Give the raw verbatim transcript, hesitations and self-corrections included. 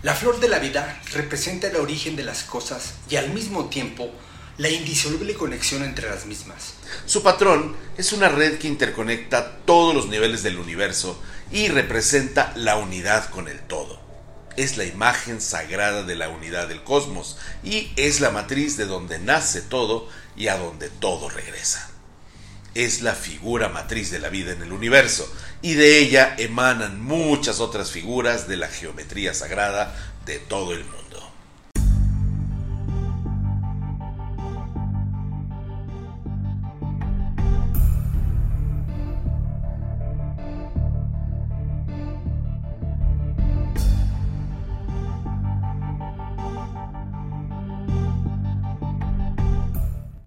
La flor de la vida representa el origen de las cosas y al mismo tiempo la indisoluble conexión entre las mismas. Su patrón es una red que interconecta todos los niveles del universo y representa la unidad con el todo. Es la imagen sagrada de la unidad del cosmos y es la matriz de donde nace todo y a donde todo regresa. Es la figura matriz de la vida en el universo y de ella emanan muchas otras figuras de la geometría sagrada de todo el mundo.